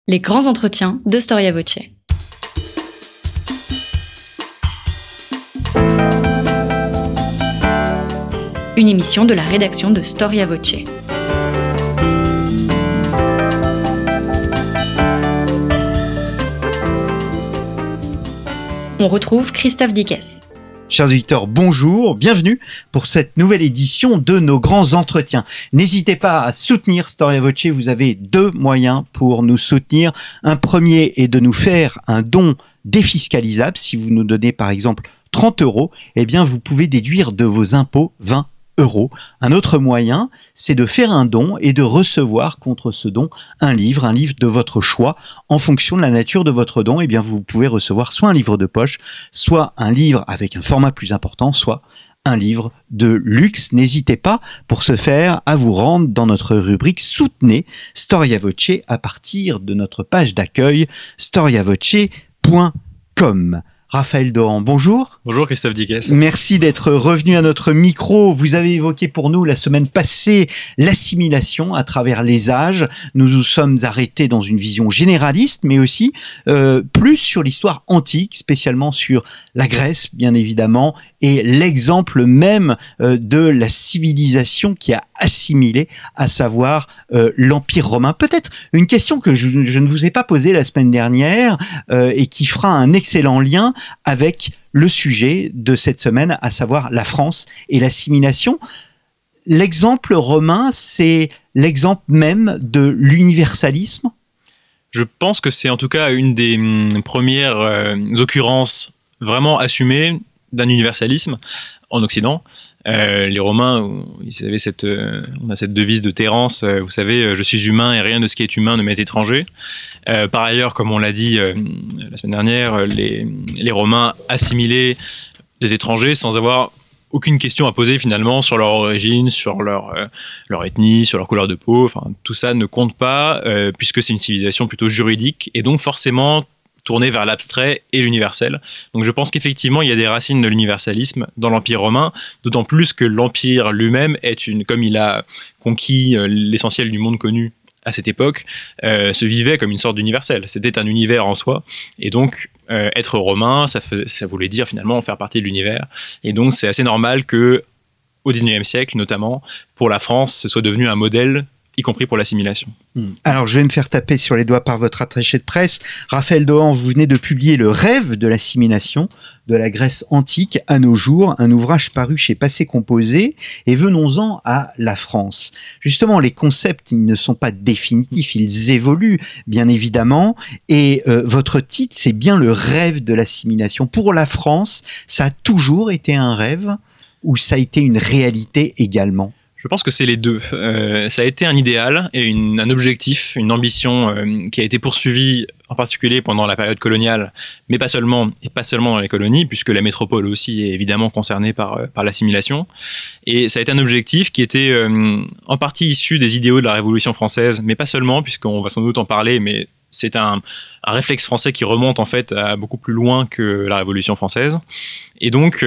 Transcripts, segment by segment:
Les grands entretiens de Storia Voce. Une émission de la rédaction de Storia Voce. On retrouve Christophe Dickès. Chers auditeurs, bonjour, bienvenue pour cette nouvelle édition de nos grands entretiens. N'hésitez pas à soutenir Storia Voce, vous avez deux moyens pour nous soutenir. Un premier est de nous faire un don défiscalisable. Si vous nous donnez par exemple 30 €, eh bien vous pouvez déduire de vos impôts 20 €. Un autre moyen, c'est de faire un don et de recevoir contre ce don un livre de votre choix. En fonction de la nature de votre don, eh bien vous pouvez recevoir soit un livre de poche, soit un livre avec un format plus important, soit un livre de luxe. N'hésitez pas pour ce faire à vous rendre dans notre rubrique Soutenez Storia Voce à partir de notre page d'accueil storiavoce.com. Raphaël Dohan, bonjour. Bonjour Christophe Dickès. Merci d'être revenu à notre micro. Vous avez évoqué pour nous la semaine passée l'assimilation à travers les âges. Nous nous sommes arrêtés dans une vision généraliste, mais aussi plus sur l'histoire antique, spécialement sur la Grèce, bien évidemment, et l'exemple même de la civilisation qui a assimilé, à savoir l'Empire romain. Peut-être une question que je ne vous ai pas posée la semaine dernière et qui fera un excellent lien avec le sujet de cette semaine, à savoir la France et l'assimilation. L'exemple romain, c'est l'exemple même de l'universalisme ? Je pense que c'est en tout cas une des premières occurrences vraiment assumées d'un universalisme en Occident. Les Romains, ils avaient on a cette devise de Terence, vous savez, je suis humain et rien de ce qui est humain ne m'est étranger. Par ailleurs, comme on l'a dit la semaine dernière, les Romains assimilaient les étrangers sans avoir aucune question à poser finalement sur leur origine, sur leur ethnie, sur leur couleur de peau. Enfin, tout ça ne compte pas puisque c'est une civilisation plutôt juridique et donc forcément tourné vers l'abstrait et l'universel. Donc je pense qu'effectivement, il y a des racines de l'universalisme dans l'Empire romain, d'autant plus que l'Empire lui-même comme il a conquis l'essentiel du monde connu à cette époque, se vivait comme une sorte d'universel. C'était un univers en soi. Et donc, être romain, ça voulait dire finalement faire partie de l'univers. Et donc, c'est assez normal que, au XIXe siècle notamment, pour la France, ce soit devenu un modèle y compris pour l'assimilation. Alors, je vais me faire taper sur les doigts par votre attaché de presse. Raphaël Dohan, vous venez de publier Le rêve de l'assimilation de la Grèce antique à nos jours, un ouvrage paru chez Passé Composé. Et venons-en à la France. Justement, les concepts, ils ne sont pas définitifs, ils évoluent, bien évidemment. Et votre titre, c'est bien Le rêve de l'assimilation. Pour la France, ça a toujours été un rêve ou ça a été une réalité également ? Je pense que c'est les deux. Ça a été un idéal et un objectif, une ambition qui a été poursuivie en particulier pendant la période coloniale, mais pas seulement dans les colonies, puisque la métropole aussi est évidemment concernée par l'assimilation. Et ça a été un objectif qui était en partie issu des idéaux de la Révolution française, mais pas seulement, puisqu'on va sans doute en parler, mais c'est un réflexe français qui remonte en fait à beaucoup plus loin que la Révolution française. Et donc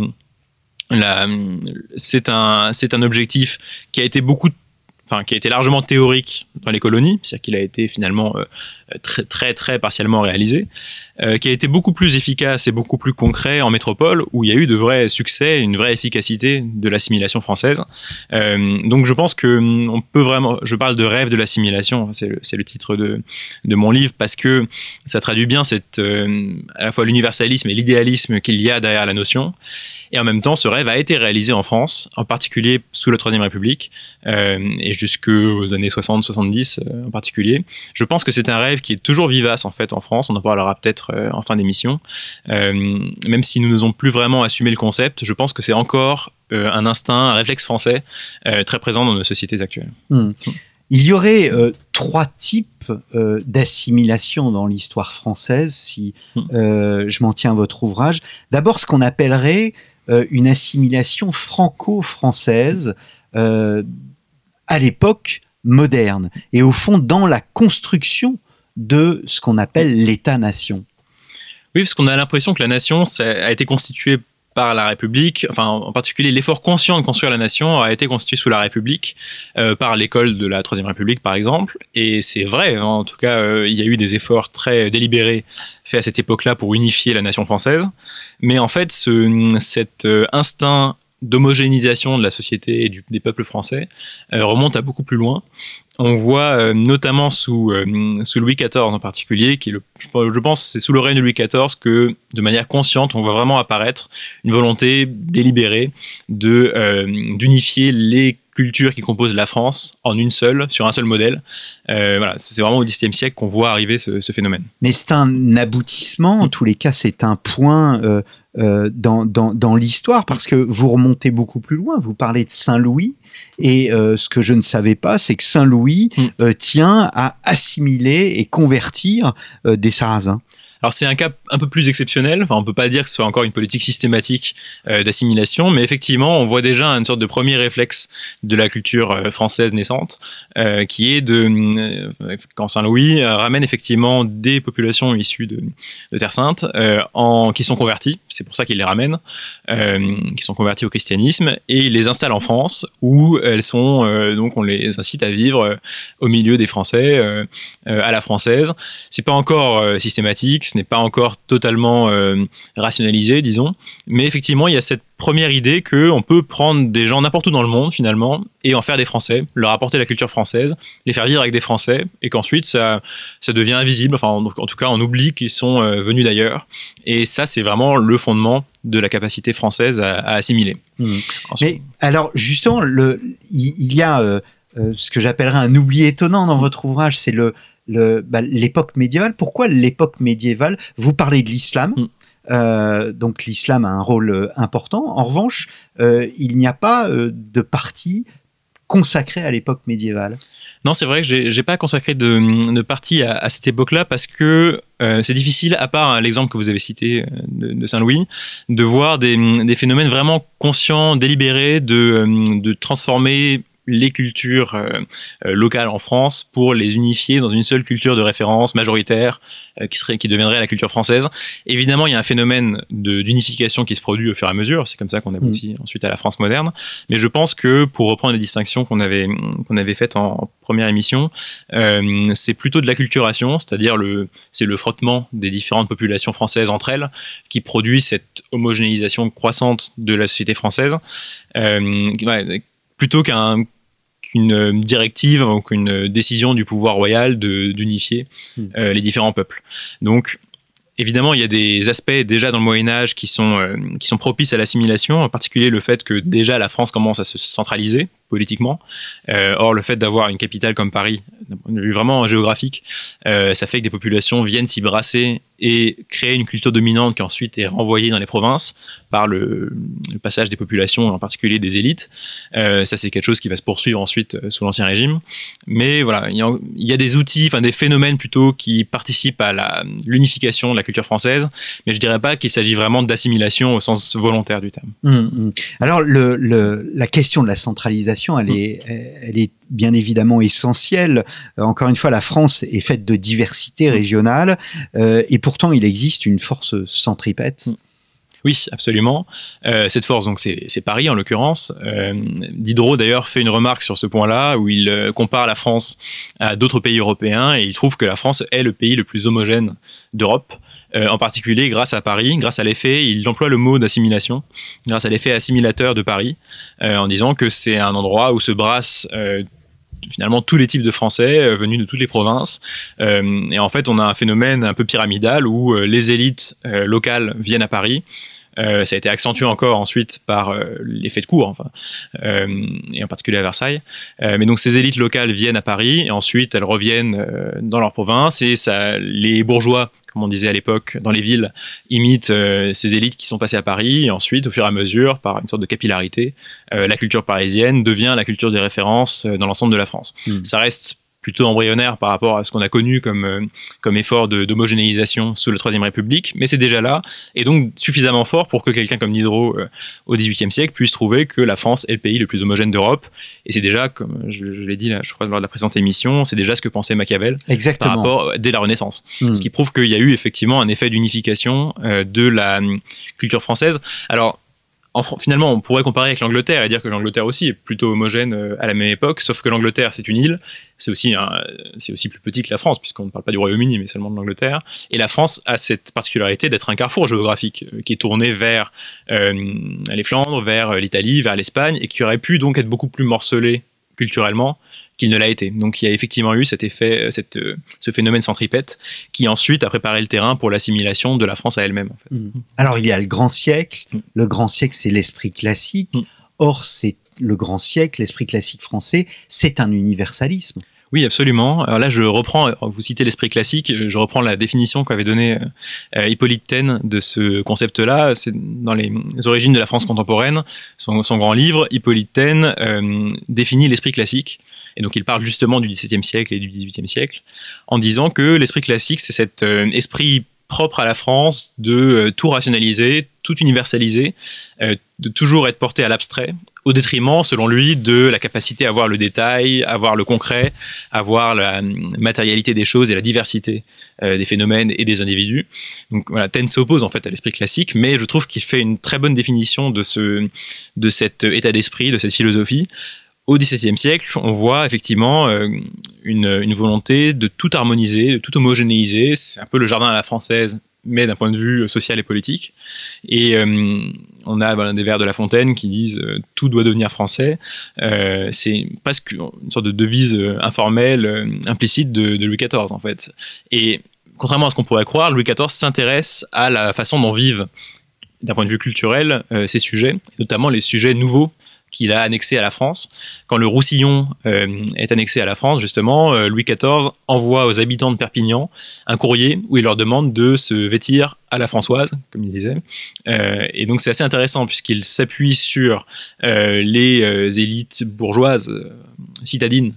c'est un objectif qui a été largement théorique dans les colonies, c'est-à-dire qu'il a été finalement très, très, très partiellement réalisé, qui a été beaucoup plus efficace et beaucoup plus concret en métropole, où il y a eu de vrais succès, une vraie efficacité de l'assimilation française. Donc je pense que on peut vraiment, je parle de rêve de l'assimilation, c'est le titre de mon livre, parce que ça traduit bien à la fois l'universalisme et l'idéalisme qu'il y a derrière la notion. Et en même temps, ce rêve a été réalisé en France, en particulier sous la Troisième République, et jusqu'aux années 60-70 en particulier. Je pense que c'est un rêve qui est toujours vivace en fait en France, on en parlera peut-être en fin d'émission. Même si nous n'osons plus vraiment assumer le concept, je pense que c'est encore un instinct, un réflexe français très présent dans nos sociétés actuelles. Il y aurait 3 types d'assimilation dans l'histoire française, si je m'en tiens à votre ouvrage. D'abord, ce qu'on appellerait une assimilation franco-française à l'époque moderne, et au fond dans la construction de ce qu'on appelle l'État-nation. Oui, parce qu'on a l'impression que la nation a été constituée par la République, enfin en particulier l'effort conscient de construire la nation a été constitué sous la République, par l'école de la Troisième République par exemple, et c'est vrai, hein, en tout cas il y a eu des efforts très délibérés faits à cette époque-là pour unifier la nation française, mais en fait cet instinct d'homogénéisation de la société et des peuples français remonte à beaucoup plus loin. On voit notamment sous Louis XIV en particulier, qui est je pense c'est sous le règne de Louis XIV que, de manière consciente, on voit vraiment apparaître une volonté délibérée d'unifier les cultures qui composent la France en une seule, sur un seul modèle. Voilà, c'est vraiment au XXe siècle qu'on voit arriver ce phénomène. Mais c'est un aboutissement, en tous les cas, c'est un point dans l'histoire, parce que vous remontez beaucoup plus loin, vous parlez de Saint-Louis, et ce que je ne savais pas, c'est que Saint-Louis tient à assimiler et convertir des Sarrasins. Alors c'est un cas un peu plus exceptionnel, enfin, on peut pas dire que ce soit encore une politique systématique d'assimilation, mais effectivement on voit déjà une sorte de premier réflexe de la culture française naissante, qui est quand Saint-Louis ramène effectivement des populations issues de Terre Sainte qui sont converties, c'est pour ça qu'il les ramène, qui sont converties au christianisme, et il les installe en France où elles sont, donc on les incite à vivre au milieu des Français, à la française. C'est pas encore systématique, ce n'est pas encore totalement rationalisé, disons, mais effectivement il y a cette première idée qu'on peut prendre des gens n'importe où dans le monde finalement et en faire des Français, leur apporter la culture française, les faire vivre avec des Français, et qu'ensuite ça devient invisible, enfin en tout cas on oublie qu'ils sont venus d'ailleurs, et ça c'est vraiment le fondement de la capacité française à assimiler. Mais alors justement, il y a ce que j'appellerais un oubli étonnant dans votre ouvrage, c'est l'époque médiévale. Pourquoi l'époque médiévale ? Vous parlez de l'islam, donc l'islam a un rôle important. En revanche, il n'y a pas de partie consacrée à l'époque médiévale. Non, c'est vrai que j'ai pas consacré de partie à cette époque-là, parce que c'est difficile, à part l'exemple que vous avez cité de Saint-Louis, de voir des phénomènes vraiment conscients, délibérés, de transformer les cultures locales en France pour les unifier dans une seule culture de référence majoritaire qui deviendrait la culture française. Évidemment, il y a un phénomène d'unification qui se produit au fur et à mesure, c'est comme ça qu'on aboutit ensuite à la France moderne, mais je pense que, pour reprendre les distinctions qu'on avait faites en première émission, c'est plutôt de l'acculturation, c'est-à-dire c'est le frottement des différentes populations françaises entre elles qui produit cette homogénéisation croissante de la société française, plutôt qu'une directive ou qu'une décision du pouvoir royal d'unifier les différents peuples. Donc, évidemment, il y a des aspects déjà dans le Moyen-Âge qui sont propices à l'assimilation, en particulier le fait que déjà la France commence à se centraliser politiquement. Or, le fait d'avoir une capitale comme Paris, d'un point de vue vraiment géographique, ça fait que des populations viennent s'y brasser et créer une culture dominante qui ensuite est renvoyée dans les provinces par le passage des populations, en particulier des élites. Ça, c'est quelque chose qui va se poursuivre ensuite sous l'Ancien Régime. Mais voilà, il y a des outils, enfin des phénomènes plutôt, qui participent à l'unification de la culture française, mais je dirais pas qu'il s'agit vraiment d'assimilation au sens volontaire du terme. Alors, la question de la centralisation, elle est bien évidemment essentielle. Encore une fois, la France est faite de diversité régionale, et pourtant il existe une force centripète. Oui, absolument. Cette force, donc, c'est Paris en l'occurrence. Diderot d'ailleurs fait une remarque sur ce point-là, où il compare la France à d'autres pays européens, et il trouve que la France est le pays le plus homogène d'Europe. En particulier grâce à Paris, grâce à l'effet, il emploie le mot d'assimilation, grâce à l'effet assimilateur de Paris, en disant que c'est un endroit où se brassent finalement tous les types de Français venus de toutes les provinces, et en fait on a un phénomène un peu pyramidal où les élites locales viennent à Paris. Ça a été accentué encore ensuite par l'effet de cour, et en particulier à Versailles. Mais donc ces élites locales viennent à Paris, et ensuite elles reviennent dans leur province, et les bourgeois, comme on disait à l'époque, dans les villes, imitent ces élites qui sont passées à Paris, et ensuite, au fur et à mesure, par une sorte de capillarité, la culture parisienne devient la culture des références dans l'ensemble de la France. Ça reste plutôt embryonnaire par rapport à ce qu'on a connu comme effort d'homogénéisation sous la Troisième République, mais c'est déjà là, et donc suffisamment fort pour que quelqu'un comme Diderot, au XVIIIe siècle, puisse trouver que la France est le pays le plus homogène d'Europe, et c'est déjà, comme je l'ai dit là, je crois lors de la précédente émission, c'est déjà ce que pensait Machiavel. Exactement. Par rapport, dès la Renaissance. Ce qui prouve qu'il y a eu effectivement un effet d'unification de la culture française. Alors, finalement, on pourrait comparer avec l'Angleterre et dire que l'Angleterre aussi est plutôt homogène à la même époque, sauf que l'Angleterre, c'est une île, c'est aussi plus petit que la France, puisqu'on ne parle pas du Royaume-Uni, mais seulement de l'Angleterre. Et la France a cette particularité d'être un carrefour géographique qui est tourné vers les Flandres, vers l'Italie, vers l'Espagne, et qui aurait pu donc être beaucoup plus morcelé culturellement qu'il ne l'a été. Donc il y a effectivement eu cet effet, ce phénomène centripète qui ensuite a préparé le terrain pour l'assimilation de la France à elle-même. En fait. Alors il y a le grand siècle. Le grand siècle, c'est l'esprit classique. Or, c'est le grand siècle, l'esprit classique français, c'est un universalisme. Oui, absolument. Alors là, je reprends, vous citez l'esprit classique, je reprends la définition qu'avait donnée Hippolyte Taine de ce concept-là. C'est dans les origines de la France contemporaine, son grand livre, Hippolyte Taine définit l'esprit classique. Et donc, il parle justement du XVIIe siècle et du XVIIIe siècle, en disant que l'esprit classique, c'est cet esprit propre à la France de tout rationaliser, tout universaliser, de toujours être porté à l'abstrait, au détriment, selon lui, de la capacité à voir le détail, à voir le concret, à voir la matérialité des choses et la diversité des phénomènes et des individus. Donc voilà, Taine s'oppose en fait à l'esprit classique, mais je trouve qu'il fait une très bonne définition de cet état d'esprit, de cette philosophie. Au XVIIe siècle, on voit effectivement une volonté de tout harmoniser, de tout homogénéiser. C'est un peu le jardin à la française, mais d'un point de vue social et politique. Et on a des vers de La Fontaine qui disent « tout doit devenir français ». C'est presque une sorte de devise informelle, implicite de Louis XIV, en fait. Et contrairement à ce qu'on pourrait croire, Louis XIV s'intéresse à la façon dont vivent, d'un point de vue culturel, ces sujets, notamment les sujets nouveaux qu'il a annexé à la France. Quand le Roussillon est annexé à la France, justement, Louis XIV envoie aux habitants de Perpignan un courrier où il leur demande de se vêtir à la françoise, comme il disait. Et donc c'est assez intéressant puisqu'il s'appuie sur les élites bourgeoises citadines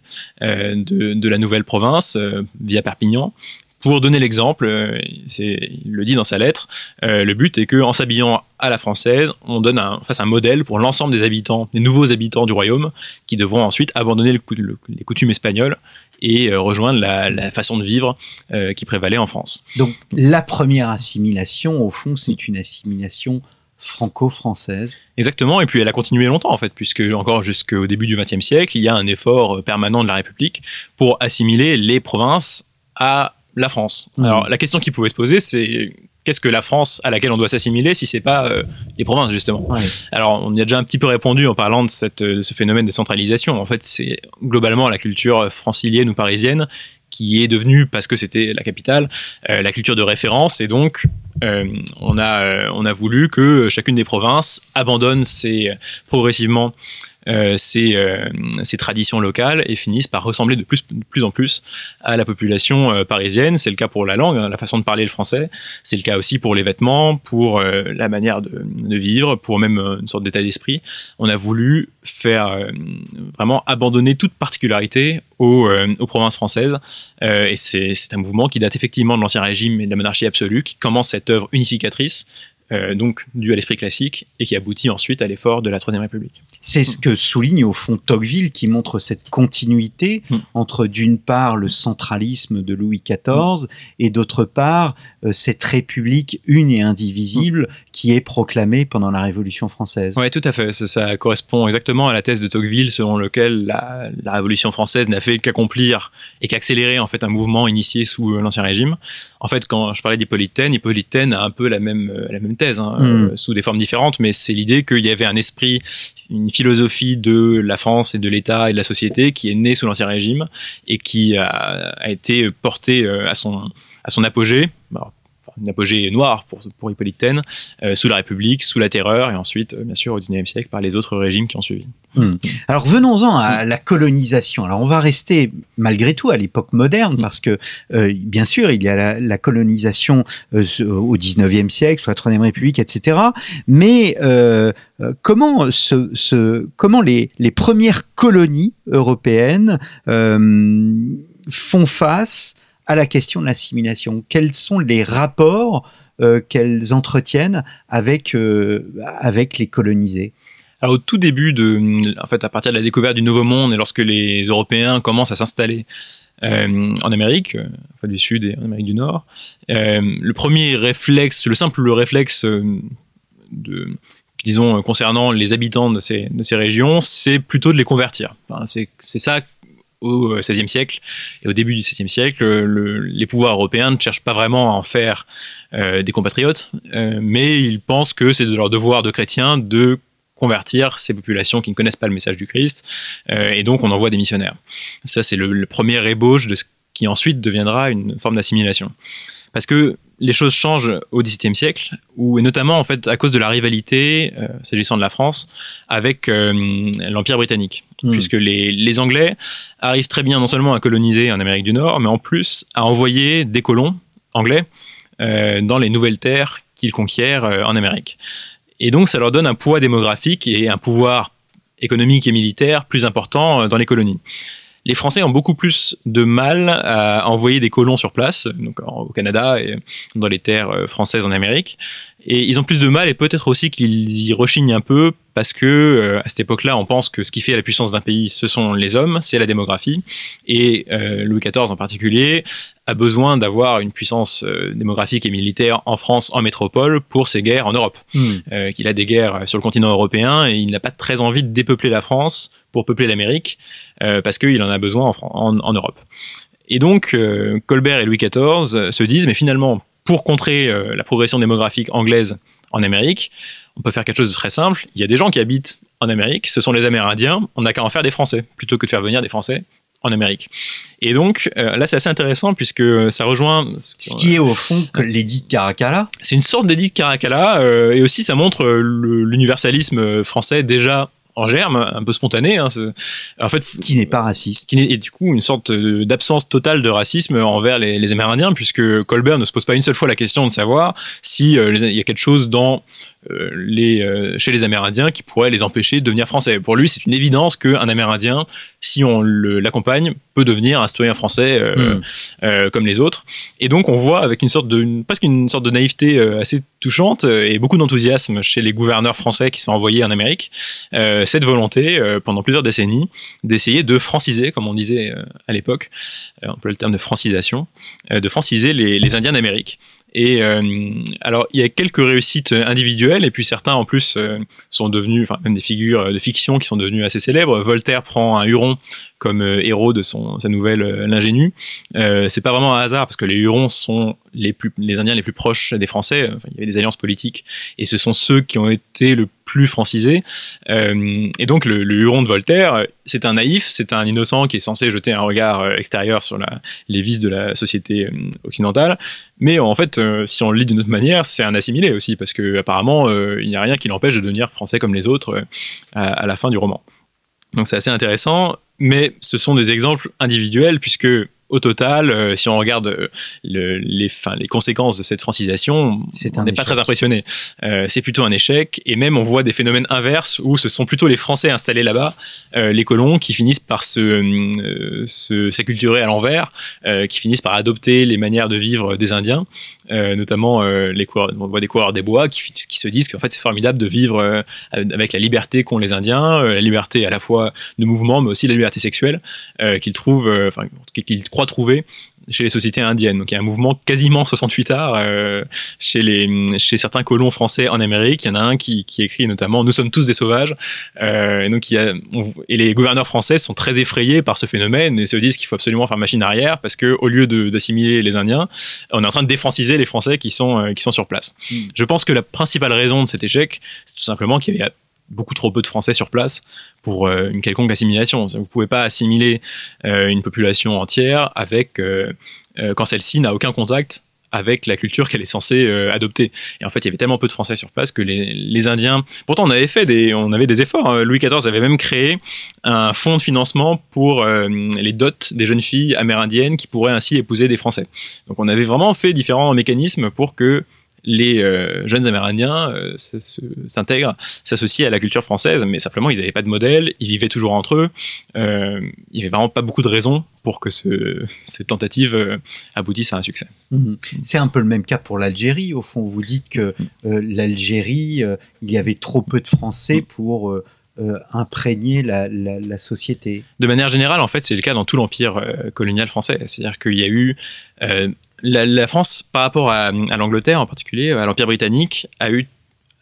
de la nouvelle province via Perpignan. Pour donner l'exemple, il le dit dans sa lettre, le but est qu'en s'habillant à la française, on fasse un modèle pour l'ensemble des habitants, des nouveaux habitants du royaume, qui devront ensuite abandonner les coutumes espagnoles et rejoindre la façon de vivre qui prévalait en France. Donc la première assimilation, au fond, c'est une assimilation franco-française. Exactement, et puis elle a continué longtemps en fait, puisque encore jusqu'au début du XXe siècle, il y a un effort permanent de la République pour assimiler les provinces à la France. Alors la question qui pouvait se poser, c'est qu'est-ce que la France à laquelle on doit s'assimiler si c'est pas les provinces justement. Ouais. Alors on y a déjà un petit peu répondu en parlant de ce phénomène de centralisation. En fait, c'est globalement la culture francilienne ou parisienne qui est devenue, parce que c'était la capitale, la culture de référence, et donc on a voulu que chacune des provinces abandonne progressivement ces traditions locales et finissent par ressembler de plus en plus à la population parisienne. C'est le cas pour la langue, la façon de parler le français. C'est le cas aussi pour les vêtements, pour la manière de vivre, pour même une sorte d'état d'esprit. On a voulu faire vraiment abandonner toute particularité aux provinces françaises. Et c'est un mouvement qui date effectivement de l'Ancien Régime et de la monarchie absolue, qui commence cette œuvre unificatrice, donc dû à l'esprit classique, et qui aboutit ensuite à l'effort de la Troisième République. C'est ce que souligne au fond Tocqueville, qui montre cette continuité entre d'une part le centralisme de Louis XIV et d'autre part cette République une et indivisible qui est proclamée pendant la Révolution française. Oui, tout à fait. Ça correspond exactement à la thèse de Tocqueville, selon lequel la Révolution française n'a fait qu'accomplir et qu'accélérer en fait un mouvement initié sous l'Ancien Régime. En fait, quand je parlais d'Hippolyte Taine a un peu la même thèse, sous des formes différentes, mais c'est l'idée qu'il y avait un esprit, une philosophie de la France et de l'État et de la société qui est née sous l'Ancien Régime et qui a été portée à son apogée. Alors, un apogée noir pour Hippolyte Taine, sous la République, sous la Terreur, et ensuite, bien sûr, au XIXe siècle, par les autres régimes qui ont suivi. Alors venons-en à la colonisation. Alors on va rester malgré tout à l'époque moderne parce que bien sûr il y a la colonisation au XIXe siècle, sous la Troisième République, etc. Mais comment les premières colonies européennes font face à la question de l'assimilation? Quels sont les rapports qu'elles entretiennent avec les colonisés? Alors, au tout début en fait, à partir de la découverte du Nouveau Monde et lorsque les Européens commencent à s'installer en Amérique, du Sud et en Amérique du Nord, le simple réflexe disons, concernant les habitants de ces régions, c'est plutôt de les convertir. Enfin, c'est ça au XVIe siècle et au début du XVIIe siècle, les pouvoirs européens ne cherchent pas vraiment à en faire des compatriotes, mais ils pensent que c'est de leur devoir de chrétiens de convertir ces populations qui ne connaissent pas le message du Christ, et donc on envoie des missionnaires. Ça, c'est le premier ébauche de ce qui ensuite deviendra une forme d'assimilation. Parce que les choses changent au XVIIe siècle, et notamment en fait à cause de la rivalité, s'agissant de la France, avec l'Empire britannique. Puisque les Anglais arrivent très bien non seulement à coloniser en Amérique du Nord, mais en plus à envoyer des colons anglais dans les nouvelles terres qu'ils conquièrent en Amérique. Et donc ça leur donne un poids démographique et un pouvoir économique et militaire plus important dans les colonies. Les Français ont beaucoup plus de mal à envoyer des colons sur place, donc au Canada et dans les terres françaises en Amérique. Et ils ont plus de mal, et peut-être aussi qu'ils y rechignent un peu, parce que à cette époque-là, on pense que ce qui fait la puissance d'un pays, ce sont les hommes, c'est la démographie. Et Louis XIV en particulier a besoin d'avoir une puissance démographique et militaire en France, en métropole, pour ses guerres en Europe. Qu'il a des guerres sur le continent européen, et il n'a pas très envie de dépeupler la France pour peupler l'Amérique, parce qu'il en a besoin en Europe. Et donc, Colbert et Louis XIV se disent, mais finalement, pour contrer la progression démographique anglaise en Amérique, on peut faire quelque chose de très simple. Il y a des gens qui habitent en Amérique, ce sont les Amérindiens, on n'a qu'à en faire des Français, plutôt que de faire venir des Français en Amérique. Et donc, là, c'est assez intéressant, puisque ça rejoint... Ce qui est au fond l'édit de Caracalla. C'est une sorte d'édit de Caracalla, et aussi ça montre l'universalisme français déjà en germe, un peu spontané. En fait, qui n'est pas raciste. Et du coup, une sorte d'absence totale de racisme envers les Amérindiens, puisque Colbert ne se pose pas une seule fois la question de savoir si il y a quelque chose chez les Amérindiens qui pourrait les empêcher de devenir français. Pour lui, c'est une évidence qu'un Amérindien, si on l'accompagne, peut devenir un citoyen français comme les autres. Et donc, on voit avec presque une sorte de naïveté assez touchante et beaucoup d'enthousiasme chez les gouverneurs français qui sont envoyés en Amérique, cette volonté, pendant plusieurs décennies, d'essayer de franciser, comme on disait à l'époque, on peut le terme de francisation, de franciser les Indiens d'Amérique. Et alors, il y a quelques réussites individuelles, et puis certains en plus sont devenus, enfin même des figures de fiction qui sont devenues assez célèbres. Voltaire prend un Huron comme héros de sa nouvelle L'Ingénu. C'est pas vraiment un hasard, parce que les Hurons sont les Indiens les plus proches des Français. Enfin, il y avait des alliances politiques, et ce sont ceux qui ont été le plus francisés. Et donc le Huron de Voltaire, c'est un naïf, c'est un innocent qui est censé jeter un regard extérieur sur les vices de la société occidentale. Mais en fait, si on le lit d'une autre manière, c'est un assimilé aussi, parce que apparemment, il n'y a rien qui l'empêche de devenir français comme les autres à la fin du roman. Donc c'est assez intéressant, mais ce sont des exemples individuels, puisque au total, si on regarde les conséquences de cette francisation, on n'est pas très impressionné. C'est plutôt un échec, et même on voit des phénomènes inverses où ce sont plutôt les Français installés là-bas, les colons, qui finissent par s'acculturer à l'envers, qui finissent par adopter les manières de vivre des Indiens, notamment on voit des coureurs des bois qui se disent qu'en fait c'est formidable de vivre avec la liberté qu'ont les Indiens, la liberté à la fois de mouvement, mais aussi la liberté sexuelle qu'ils trouvent, qu'ils croient trouver chez les sociétés indiennes. Donc il y a un mouvement quasiment 68 arts chez certains colons français en Amérique. Il y en a un qui écrit notamment « Nous sommes tous des sauvages ». Et donc et les gouverneurs français sont très effrayés par ce phénomène et se disent qu'il faut absolument faire machine arrière, parce qu'au lieu d'assimiler les Indiens, on est en train de défranciser les Français qui sont sur place. Je pense que la principale raison de cet échec, c'est tout simplement qu'il y avait beaucoup trop peu de Français sur place pour une quelconque assimilation. Vous ne pouvez pas assimiler une population entière quand celle-ci n'a aucun contact avec la culture qu'elle est censée adopter. Et en fait, il y avait tellement peu de Français sur place que les Indiens... Pourtant, on avait des efforts. Louis XIV avait même créé un fonds de financement pour les dots des jeunes filles amérindiennes qui pourraient ainsi épouser des Français. Donc on avait vraiment fait différents mécanismes pour que les jeunes Amérindiens s'intègrent, s'associent à la culture française, mais simplement ils n'avaient pas de modèle, ils vivaient toujours entre eux, il n'y avait vraiment pas beaucoup de raisons pour que cette tentative aboutisse à un succès. C'est un peu le même cas pour l'Algérie, au fond. Vous dites que l'Algérie, il y avait trop peu de Français pour imprégner la société. De manière générale, en fait, c'est le cas dans tout l'empire colonial français. C'est-à-dire qu'il y a eu... La France, par rapport à l'Angleterre en particulier, à l'Empire britannique, a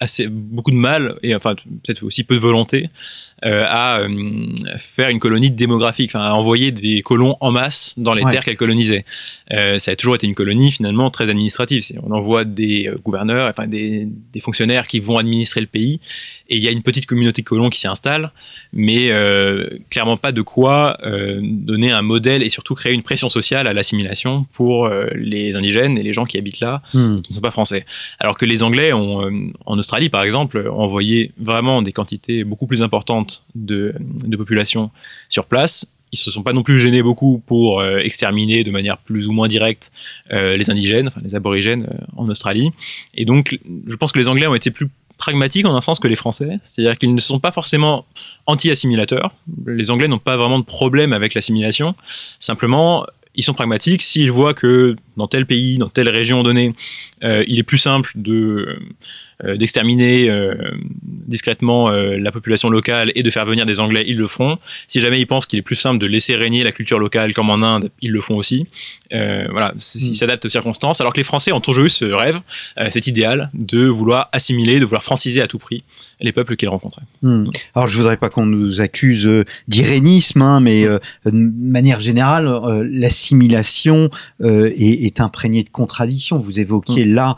beaucoup de mal, et enfin peut-être aussi peu de volonté, à faire une colonie démographique, enfin à envoyer des colons en masse dans les terres qu'elles colonisaient. Ça a toujours été une colonie finalement très administrative. On envoie des gouverneurs, enfin des fonctionnaires qui vont administrer le pays, et il y a une petite communauté de colons qui s'y installe, mais clairement pas de quoi donner un modèle et surtout créer une pression sociale à l'assimilation pour les indigènes et les gens qui habitent là, qui ne sont pas français. Alors que les Anglais en Australie par exemple, ont envoyé vraiment des quantités beaucoup plus importantes de population sur place. Ils se sont pas non plus gênés beaucoup pour exterminer de manière plus ou moins directe les indigènes, enfin les aborigènes en Australie. Et donc, je pense que les Anglais ont été plus pragmatiques en un sens que les Français, c'est-à-dire qu'ils ne sont pas forcément anti-assimilateurs. Les Anglais n'ont pas vraiment de problème avec l'assimilation. Simplement, ils sont pragmatiques. S'ils voient que dans tel pays, dans telle région donnée, il est plus simple d'exterminer discrètement la population locale et de faire venir des Anglais, ils le feront. Si jamais ils pensent qu'il est plus simple de laisser régner la culture locale comme en Inde, ils le font aussi. Voilà, ils s'adaptent aux circonstances. Alors que les Français ont toujours eu ce rêve, cet idéal de vouloir assimiler, de vouloir franciser à tout prix les peuples qu'ils rencontraient. Alors je voudrais pas qu'on nous accuse d'irénisme, mais de manière générale, l'assimilation est imprégnée de contradictions. Vous évoquiez là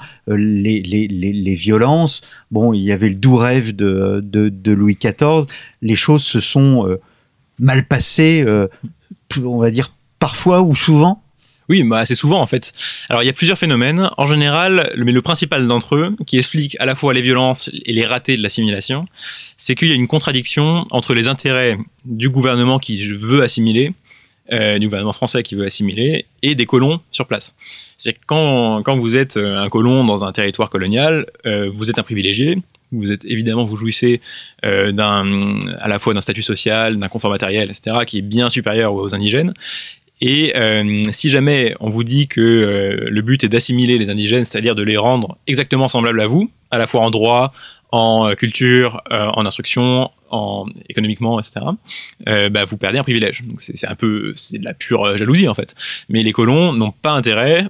les violences. Bon, il y avait le doux rêve de Louis XIV. Les choses se sont mal passées, on va dire parfois ou souvent. Oui, assez souvent en fait. Alors il y a plusieurs phénomènes. En général, mais le principal d'entre eux, qui explique à la fois les violences et les ratés de l'assimilation, c'est qu'il y a une contradiction entre les intérêts du gouvernement qui veut assimiler, du gouvernement français qui veut assimiler, et des colons sur place. C'est que quand vous êtes un colon dans un territoire colonial, vous êtes un privilégié. Vous jouissez à la fois d'un statut social, d'un confort matériel, etc., qui est bien supérieur aux indigènes. Et si jamais on vous dit que le but est d'assimiler les indigènes, c'est-à-dire de les rendre exactement semblables à vous, à la fois en droit, en culture, en instruction, économiquement, etc., vous perdez un privilège. Donc c'est de la pure jalousie en fait. Mais les colons n'ont pas intérêt,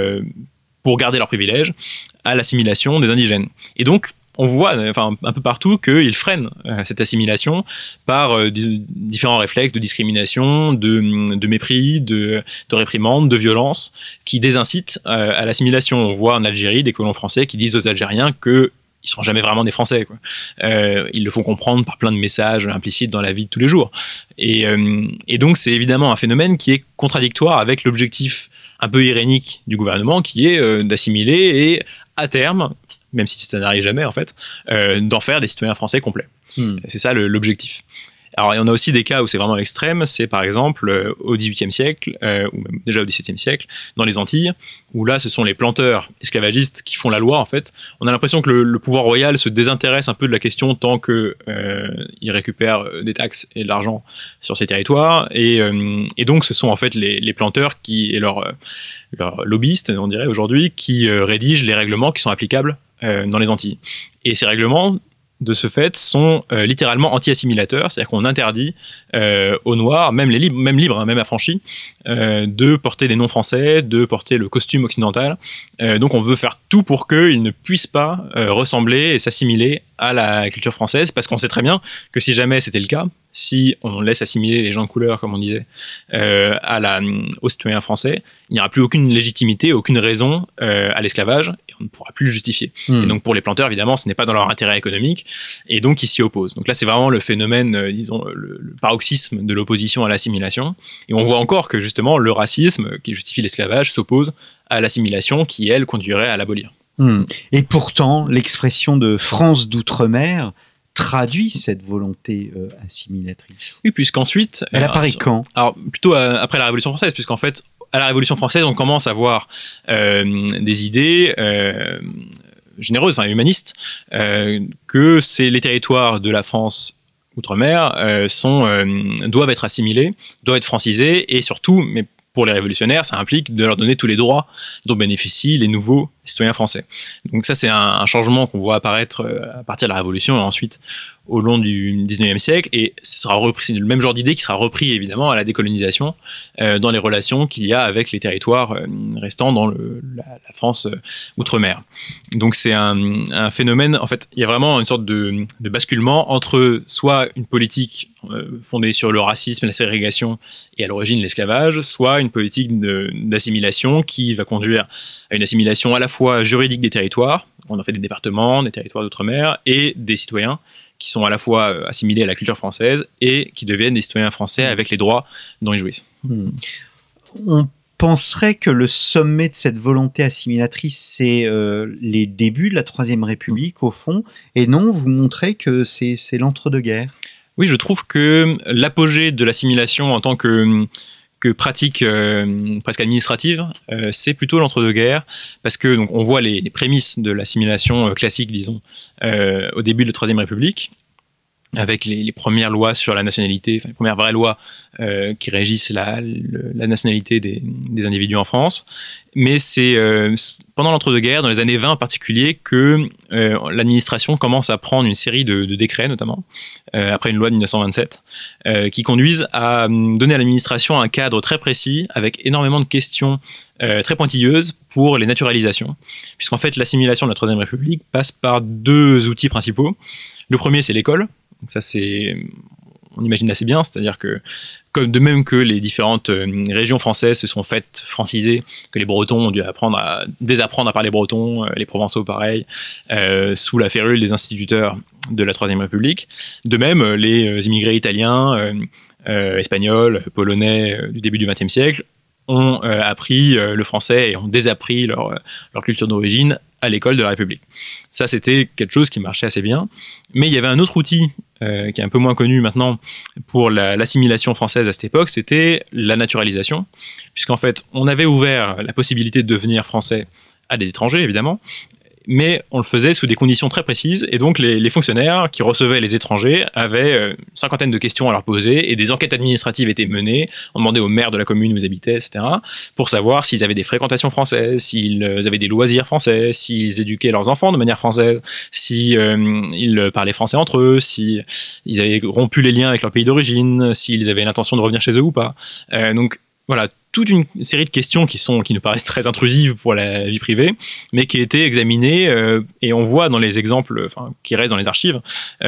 pour garder leur privilège, à l'assimilation des indigènes. Et donc on voit un peu partout qu'ils freinent cette assimilation par différents réflexes de discrimination, de mépris, de réprimande, de violence, qui désincitent à l'assimilation. On voit en Algérie des colons français qui disent aux Algériens qu'ils ne sont jamais vraiment des Français, quoi. Ils le font comprendre par plein de messages implicites dans la vie de tous les jours. Et donc c'est évidemment un phénomène qui est contradictoire avec l'objectif un peu irénique du gouvernement, qui est d'assimiler et, à terme, même si ça n'arrive jamais en fait, d'en faire des citoyens français complets. C'est ça l'objectif. Alors, on a aussi des cas où c'est vraiment extrême, c'est par exemple au XVIIIe siècle, ou même déjà au XVIIe siècle, dans les Antilles, où là, ce sont les planteurs esclavagistes qui font la loi, en fait. On a l'impression que le pouvoir royal se désintéresse un peu de la question tant qu'il récupère des taxes et de l'argent sur ces territoires, et donc ce sont en fait les planteurs et leurs lobbyistes, on dirait aujourd'hui, qui rédigent les règlements qui sont applicables dans les Antilles. Et ces règlements, de ce fait, sont littéralement anti-assimilateurs, c'est-à-dire qu'on interdit aux Noirs, même libres, même affranchis, de porter les noms français, de porter le costume occidental. Donc on veut faire tout pour qu'ils ne puissent pas ressembler et s'assimiler à la culture française, parce qu'on sait très bien que si jamais c'était le cas, si on laisse assimiler les gens de couleur, comme on disait, aux citoyens français, il n'y aura plus aucune légitimité, aucune raison à l'esclavage, et on ne pourra plus le justifier. Et donc pour les planteurs, évidemment, ce n'est pas dans leur intérêt économique, et donc ils s'y opposent. Donc là, c'est vraiment le phénomène, disons, le paroxysme de l'opposition à l'assimilation. Et on voit encore que justement, le racisme qui justifie l'esclavage s'oppose à l'assimilation qui, elle, conduirait à l'abolir. Et pourtant, l'expression de France d'outre-mer traduit cette volonté assimilatrice. Oui, puisqu'ensuite... Elle apparaît quand ? Alors, plutôt après la Révolution française, puisqu'en fait, à la Révolution française, on commence à voir des idées généreuses, humanistes, que les territoires de la France outre-mer doivent être assimilés, doivent être francisés, et surtout, mais pour les révolutionnaires, ça implique de leur donner tous les droits dont bénéficient les nouveaux citoyens français. Donc ça, c'est un changement qu'on voit apparaître à partir de la Révolution et ensuite au long du 19e siècle, et ce sera repris, le même genre d'idée qui sera repris évidemment à la décolonisation dans les relations qu'il y a avec les territoires restants dans la France outre-mer. Donc c'est un phénomène, en fait, il y a vraiment une sorte de basculement entre soit une politique fondée sur le racisme, la ségrégation et à l'origine l'esclavage, soit une politique d'assimilation qui va conduire à une assimilation à la fois juridique des territoires, on en fait des départements, des territoires d'outre-mer, et des citoyens qui sont à la fois assimilés à la culture française et qui deviennent des citoyens français avec les droits dont ils jouissent. On penserait que le sommet de cette volonté assimilatrice, c'est les débuts de la Troisième République, au fond, et non, vous montrez que c'est l'entre-deux-guerres. Oui, je trouve que l'apogée de l'assimilation en tant que pratique presque administrative, c'est plutôt l'entre-deux-guerres, parce que donc, on voit les prémices de l'assimilation classique, disons, au début de la Troisième République, avec les premières lois sur la nationalité, enfin les premières vraies lois qui régissent la nationalité des individus en France. Mais c'est pendant l'entre-deux-guerres, dans les années 20 en particulier, que l'administration commence à prendre une série de décrets, notamment, après une loi de 1927, qui conduisent à donner à l'administration un cadre très précis, avec énormément de questions très pointilleuses pour les naturalisations. Puisqu'en fait, l'assimilation de la Troisième République passe par deux outils principaux. Le premier, c'est l'école. Donc ça, on imagine assez bien, c'est-à-dire que comme de même que les différentes régions françaises se sont faites franciser, que les Bretons ont dû désapprendre à parler breton, les Provençaux pareil, sous la férule des instituteurs de la Troisième République. De même, les immigrés italiens, espagnols, polonais du début du XXe siècle ont appris le français et ont désappris leur culture d'origine à l'école de la République. Ça, c'était quelque chose qui marchait assez bien. Mais il y avait un autre outil qui est un peu moins connu maintenant pour l'assimilation française à cette époque, c'était la naturalisation. Puisqu'en fait, on avait ouvert la possibilité de devenir français à des étrangers, évidemment, mais on le faisait sous des conditions très précises, et donc les fonctionnaires qui recevaient les étrangers avaient une cinquantaine de questions à leur poser, et des enquêtes administratives étaient menées. On demandait au maire de la commune où ils habitaient, etc., pour savoir s'ils avaient des fréquentations françaises, s'ils avaient des loisirs français, s'ils éduquaient leurs enfants de manière française, s'ils parlaient français entre eux, s'ils avaient rompu les liens avec leur pays d'origine, s'ils avaient l'intention de revenir chez eux ou pas. Donc voilà, toute une série de questions qui nous paraissent très intrusives pour la vie privée, mais qui étaient examinées, et on voit dans les exemples qui restent dans les archives,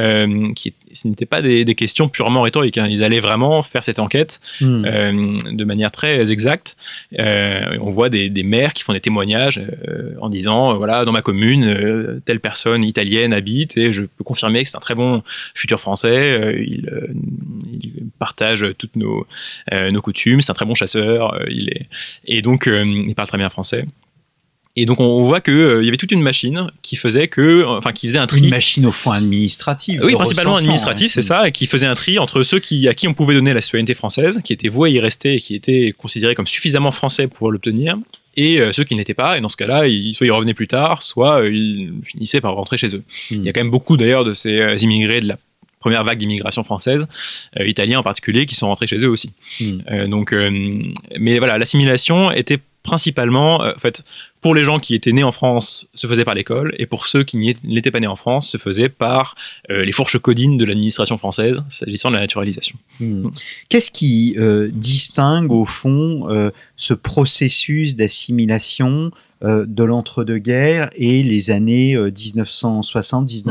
ce n'étaient pas des questions purement rhétoriques, hein. Ils allaient vraiment faire cette enquête de manière très exacte. On voit des maires qui font des témoignages en disant, voilà, dans ma commune, telle personne italienne habite, et je peux confirmer que c'est un très bon futur français, il partage toutes nos coutumes, c'est un très bon chasseur, et donc il parle très bien français. Et donc on voit qu'il y avait toute une machine qui faisait un tri. Une machine au fond administrative. Oui, principalement administrative, c'est ça, et qui faisait un tri entre ceux à qui on pouvait donner la citoyenneté française, qui étaient voués à y rester et qui étaient considérés comme suffisamment français pour l'obtenir, et ceux qui n'étaient pas, et dans ce cas-là, soit ils revenaient plus tard, soit ils finissaient par rentrer chez eux. Il y a quand même beaucoup d'ailleurs de ces immigrés de la première vague d'immigration française, italiens en particulier, qui sont rentrés chez eux aussi. Mais voilà, l'assimilation était principalement, en fait, pour les gens qui étaient nés en France, se faisait par l'école, et pour ceux qui n'étaient pas nés en France, se faisait par les fourches codines de l'administration française, s'agissant de la naturalisation. Qu'est-ce qui distingue, au fond, ce processus d'assimilation de l'entre-deux-guerres et les années 1960-1970 ?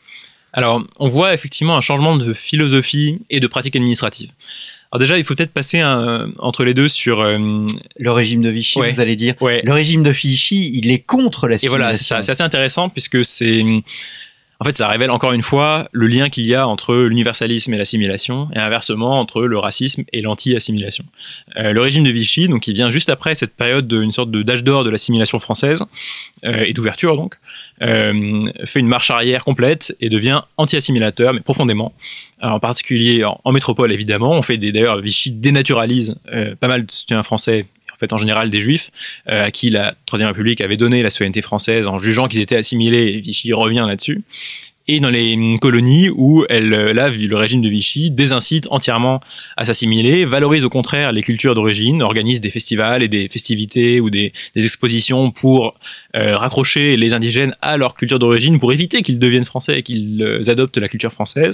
Alors, on voit effectivement un changement de philosophie et de pratique administrative. Alors déjà, il faut peut-être passer entre les deux sur... le régime de Vichy, ouais, vous allez dire. Ouais. Le régime de Vichy, il est contre l'assimilation. Et voilà, c'est ça. C'est assez intéressant puisque en fait, ça révèle encore une fois le lien qu'il y a entre l'universalisme et l'assimilation, et inversement entre le racisme et l'anti-assimilation. Le régime de Vichy, donc, qui vient juste après cette période d'une sorte d'âge d'or de l'assimilation française, et d'ouverture donc, fait une marche arrière complète et devient anti-assimilateur, mais profondément. Alors, en particulier en métropole, évidemment. D'ailleurs, Vichy dénaturalise pas mal de citoyens français, en général des Juifs, à qui la Troisième République avait donné la citoyenneté française en jugeant qu'ils étaient assimilés, et Vichy revient là-dessus. et dans les colonies où le régime de Vichy désincite entièrement à s'assimiler, valorise au contraire les cultures d'origine, organise des festivals et des festivités ou des expositions pour raccrocher les indigènes à leur culture d'origine, pour éviter qu'ils deviennent français et qu'ils adoptent la culture française,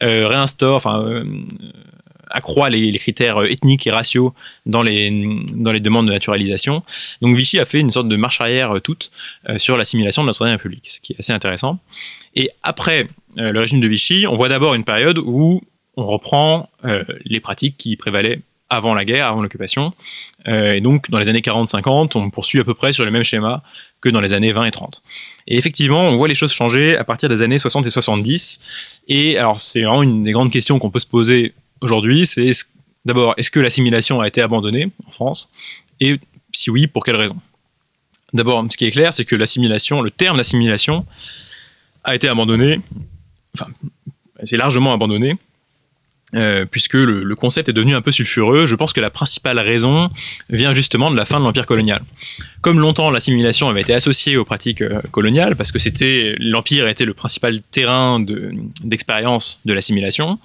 accroît les critères ethniques et raciaux dans les demandes de naturalisation. Donc Vichy a fait une sorte de marche arrière sur l'assimilation de la Troisième République, ce qui est assez intéressant. Et après le régime de Vichy, on voit d'abord une période où on reprend les pratiques qui prévalaient avant la guerre, avant l'occupation. Et donc, dans les années 40-50, on poursuit à peu près sur le même schéma que dans les années 20 et 30. Et effectivement, on voit les choses changer à partir des années 60 et 70. Et alors, c'est vraiment une des grandes questions qu'on peut se poser aujourd'hui, c'est d'abord, est-ce que l'assimilation a été abandonnée en France? Et si oui, pour quelles raisons? D'abord, ce qui est clair, c'est que le terme d'assimilation a été abandonné, c'est largement abandonné, puisque le concept est devenu un peu sulfureux. Je pense que la principale raison vient justement de la fin de l'Empire colonial. Comme longtemps l'assimilation avait été associée aux pratiques coloniales, parce que l'Empire était le principal terrain d'expérience de l'assimilation,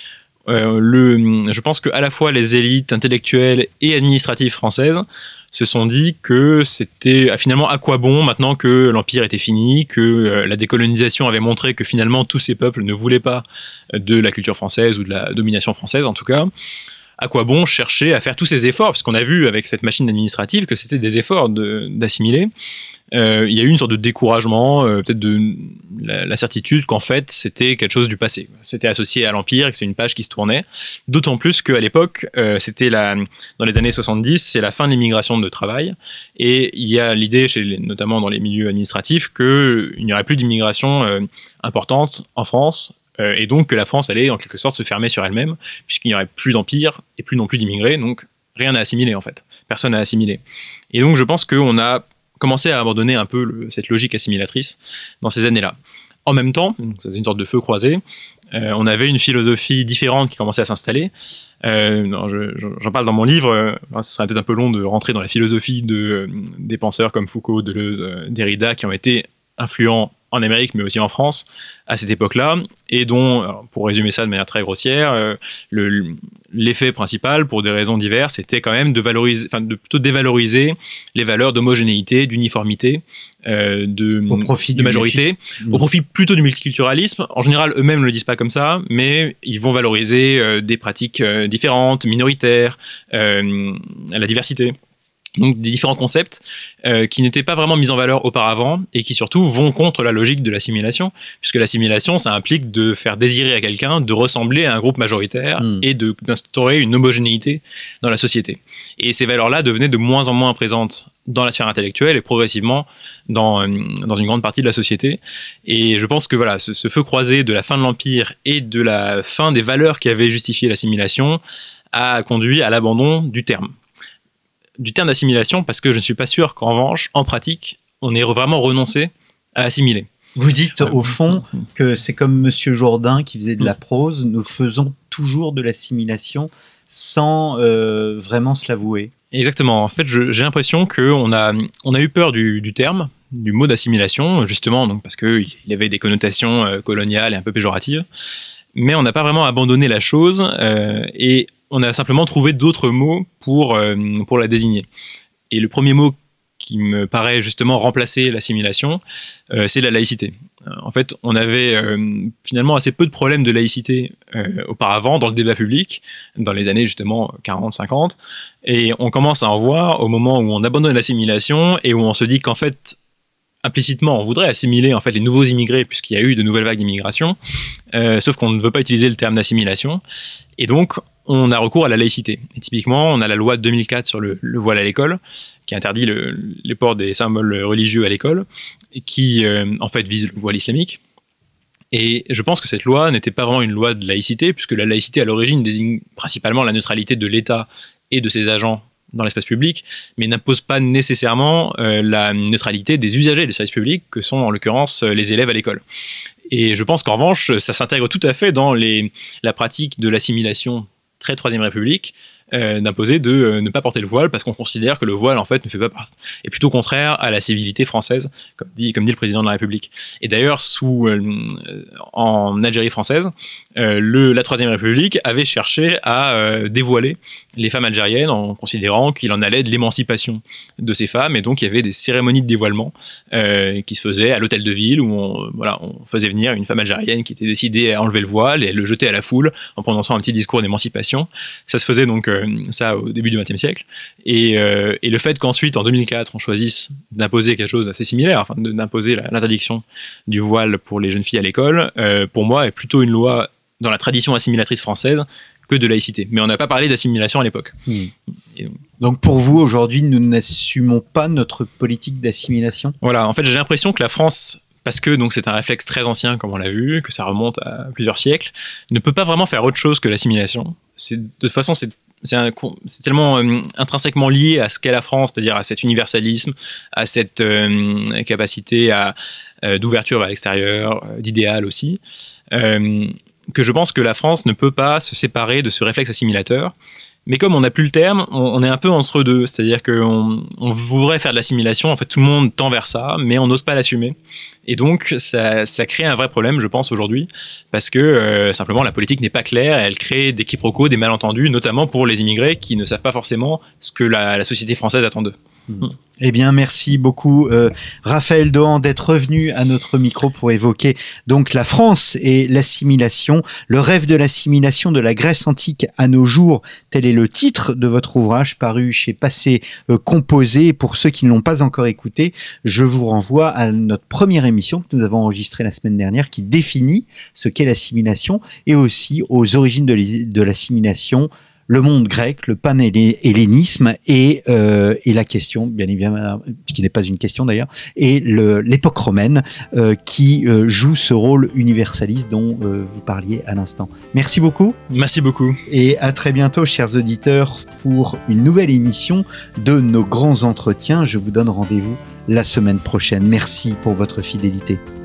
je pense qu'à la fois les élites intellectuelles et administratives françaises se sont dit que c'était finalement à quoi bon maintenant que l'Empire était fini, que la décolonisation avait montré que finalement tous ces peuples ne voulaient pas de la culture française ou de la domination française en tout cas. À quoi bon chercher à faire tous ces efforts, parce qu'on a vu avec cette machine administrative que c'était des efforts d'assimiler. Il y a eu une sorte de découragement, peut-être de la certitude qu'en fait c'était quelque chose du passé. C'était associé à l'Empire et que c'est une page qui se tournait. D'autant plus qu'à l'époque, dans les années 70, c'est la fin de l'immigration de travail. Et il y a l'idée, notamment dans les milieux administratifs, qu'il n'y aurait plus d'immigration importante en France. Et donc que la France allait en quelque sorte se fermer sur elle-même, puisqu'il n'y aurait plus d'empire et plus non plus d'immigrés, donc rien à assimiler en fait. Personne à assimiler. Et donc je pense qu'on a commencé à abandonner un peu cette logique assimilatrice dans ces années-là. En même temps, c'est une sorte de feu croisé, on avait une philosophie différente qui commençait à s'installer. J'en parle dans mon livre, ce serait peut-être un peu long de rentrer dans la philosophie des penseurs comme Foucault, Deleuze, Derrida, qui ont été influents en Amérique, mais aussi en France, à cette époque-là, et dont, pour résumer ça de manière très grossière, l'effet principal, pour des raisons diverses, était quand même de plutôt dévaloriser les valeurs d'homogénéité, d'uniformité, au profit de majorité, au profit plutôt du multiculturalisme. En général, eux-mêmes ne le disent pas comme ça, mais ils vont valoriser des pratiques différentes, minoritaires, la diversité. Donc des différents concepts qui n'étaient pas vraiment mis en valeur auparavant et qui surtout vont contre la logique de l'assimilation, puisque l'assimilation, ça implique de faire désirer à quelqu'un de ressembler à un groupe majoritaire et d'instaurer une homogénéité dans la société. Et ces valeurs-là devenaient de moins en moins présentes dans la sphère intellectuelle et progressivement dans une grande partie de la société. Et je pense que voilà, ce feu croisé de la fin de l'Empire et de la fin des valeurs qui avaient justifié l'assimilation a conduit à l'abandon du terme d'assimilation, parce que je ne suis pas sûr qu'en revanche, en pratique, on ait vraiment renoncé à assimiler. Vous dites au fond que c'est comme Monsieur Jourdain qui faisait de la prose, nous faisons toujours de l'assimilation sans vraiment se l'avouer. Exactement. En fait, j'ai l'impression qu'on a eu peur du terme, du mot d'assimilation, justement, donc parce qu'il avait des connotations coloniales et un peu péjoratives, mais on n'a pas vraiment abandonné la chose et on a simplement trouvé d'autres mots pour la désigner. Et le premier mot qui me paraît justement remplacer l'assimilation, c'est la laïcité. En fait, on avait finalement assez peu de problèmes de laïcité auparavant dans le débat public, dans les années justement 40-50, et on commence à en voir au moment où on abandonne l'assimilation et où on se dit qu'en fait, implicitement, on voudrait assimiler en fait les nouveaux immigrés puisqu'il y a eu de nouvelles vagues d'immigration, sauf qu'on ne veut pas utiliser le terme d'assimilation, et donc on a recours à la laïcité. Et typiquement, on a la loi de 2004 sur le voile à l'école, qui interdit les ports des symboles religieux à l'école, et qui en fait vise le voile islamique. Et je pense que cette loi n'était pas vraiment une loi de laïcité, puisque la laïcité à l'origine désigne principalement la neutralité de l'État et de ses agents dans l'espace public, mais n'impose pas nécessairement la neutralité des usagers du service public, que sont en l'occurrence les élèves à l'école. Et je pense qu'en revanche, ça s'intègre tout à fait dans la pratique de l'assimilation très Troisième République, d'imposer de ne pas porter le voile parce qu'on considère que le voile en fait ne fait pas partie, est plutôt contraire à la civilité française, comme dit le président de la République. Et d'ailleurs, en Algérie française, la Troisième République avait cherché à dévoiler les femmes algériennes en considérant qu'il en allait de l'émancipation de ces femmes, et donc il y avait des cérémonies de dévoilement qui se faisaient à l'hôtel de ville où on faisait venir une femme algérienne qui était décidée à enlever le voile et elle le jetait à la foule en prononçant un petit discours d'émancipation. Ça se faisait donc ça au début du XXe siècle, et le fait qu'ensuite en 2004 on choisisse d'imposer quelque chose d'assez similaire, enfin d'imposer l'interdiction du voile pour les jeunes filles à l'école, pour moi est plutôt une loi dans la tradition assimilatrice française que de laïcité. Mais on n'a pas parlé d'assimilation à l'époque. Donc pour vous, aujourd'hui, nous n'assumons pas notre politique d'assimilation ? Voilà, en fait, j'ai l'impression que la France, parce que donc c'est un réflexe très ancien, comme on l'a vu, que ça remonte à plusieurs siècles, ne peut pas vraiment faire autre chose que l'assimilation. De toute façon, c'est tellement intrinsèquement lié à ce qu'est la France, c'est-à-dire à cet universalisme, à cette capacité d'ouverture vers l'extérieur, d'idéal aussi, que je pense que la France ne peut pas se séparer de ce réflexe assimilateur. Mais comme on n'a plus le terme, on est un peu entre deux. C'est-à-dire qu'on voudrait faire de l'assimilation, en fait tout le monde tend vers ça, mais on n'ose pas l'assumer. Et donc ça crée un vrai problème, je pense, aujourd'hui, parce que simplement la politique n'est pas claire, elle crée des quiproquos, des malentendus, notamment pour les immigrés qui ne savent pas forcément ce que la société française attend d'eux. Eh bien, merci beaucoup Raphaël Dohan d'être revenu à notre micro pour évoquer donc la France et l'assimilation, le rêve de l'assimilation de la Grèce antique à nos jours. Tel est le titre de votre ouvrage paru chez Passé Composé. Pour ceux qui ne l'ont pas encore écouté, je vous renvoie à notre première émission que nous avons enregistrée la semaine dernière qui définit ce qu'est l'assimilation et aussi aux origines de l'assimilation, le monde grec, le panhellénisme et la question, bien évidemment, qui n'est pas une question d'ailleurs, et l'époque romaine qui joue ce rôle universaliste dont vous parliez à l'instant. Merci beaucoup. Merci beaucoup. Et à très bientôt, chers auditeurs, pour une nouvelle émission de nos grands entretiens. Je vous donne rendez-vous la semaine prochaine. Merci pour votre fidélité.